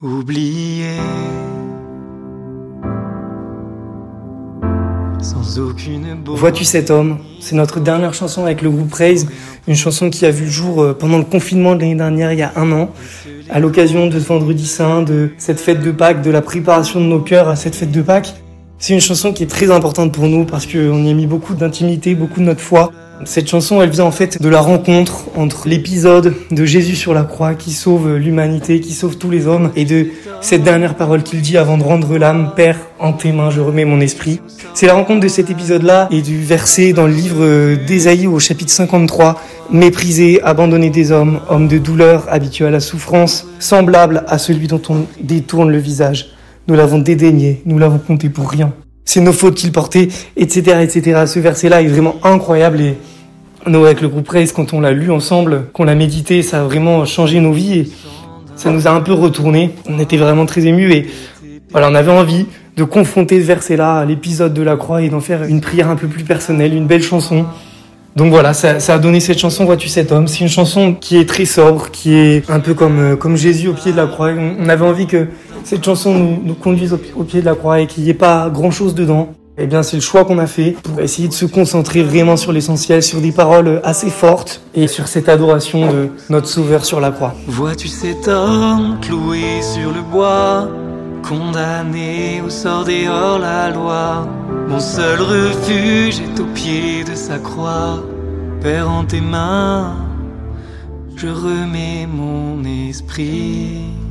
Oublié, sans aucune beauté. Vois-tu cet homme? C'est notre dernière chanson avec le groupe Praise, une chanson qui a vu le jour pendant le confinement de l'année dernière, il y a 1 an, à l'occasion de ce vendredi saint, de cette fête de Pâques, de la préparation de nos cœurs à cette fête de Pâques. C'est une chanson qui est très importante pour nous parce qu'on y a mis beaucoup d'intimité, beaucoup de notre foi. Cette chanson, elle vient en fait de la rencontre entre l'épisode de Jésus sur la croix qui sauve l'humanité, qui sauve tous les hommes, et de cette dernière parole qu'il dit avant de rendre l'âme: Père, en tes mains je remets mon esprit. C'est la rencontre de cet épisode-là et du verset dans le livre d'Ésaïe au chapitre 53. Méprisé, abandonné des hommes, homme de douleur, habitué à la souffrance, semblable à celui dont on détourne le visage. Nous l'avons dédaigné, nous l'avons compté pour rien. C'est nos fautes qu'il portait, etc., etc. Ce verset-là est vraiment incroyable et nous, avec le groupe Praise, quand on l'a lu ensemble, qu'on l'a médité, ça a vraiment changé nos vies et ça nous a un peu retourné. On était vraiment très émus et voilà, on avait envie de confronter ce verset-là à l'épisode de la croix et d'en faire une prière un peu plus personnelle, une belle chanson. Donc voilà, ça a donné cette chanson, Vois-tu cet homme? C'est une chanson qui est très sobre, qui est un peu comme Jésus au pied de la croix. On avait envie que cette chanson nous conduise au pied de la croix et qu'il n'y ait pas grand-chose dedans. Eh bien, c'est le choix qu'on a fait pour essayer de se concentrer vraiment sur l'essentiel, sur des paroles assez fortes et sur cette adoration de notre Sauveur sur la croix. Vois-tu cet homme cloué sur le bois, condamné au sort des hors-la-loi? Mon seul refuge est au pied de sa croix. Père, en tes mains, je remets mon esprit.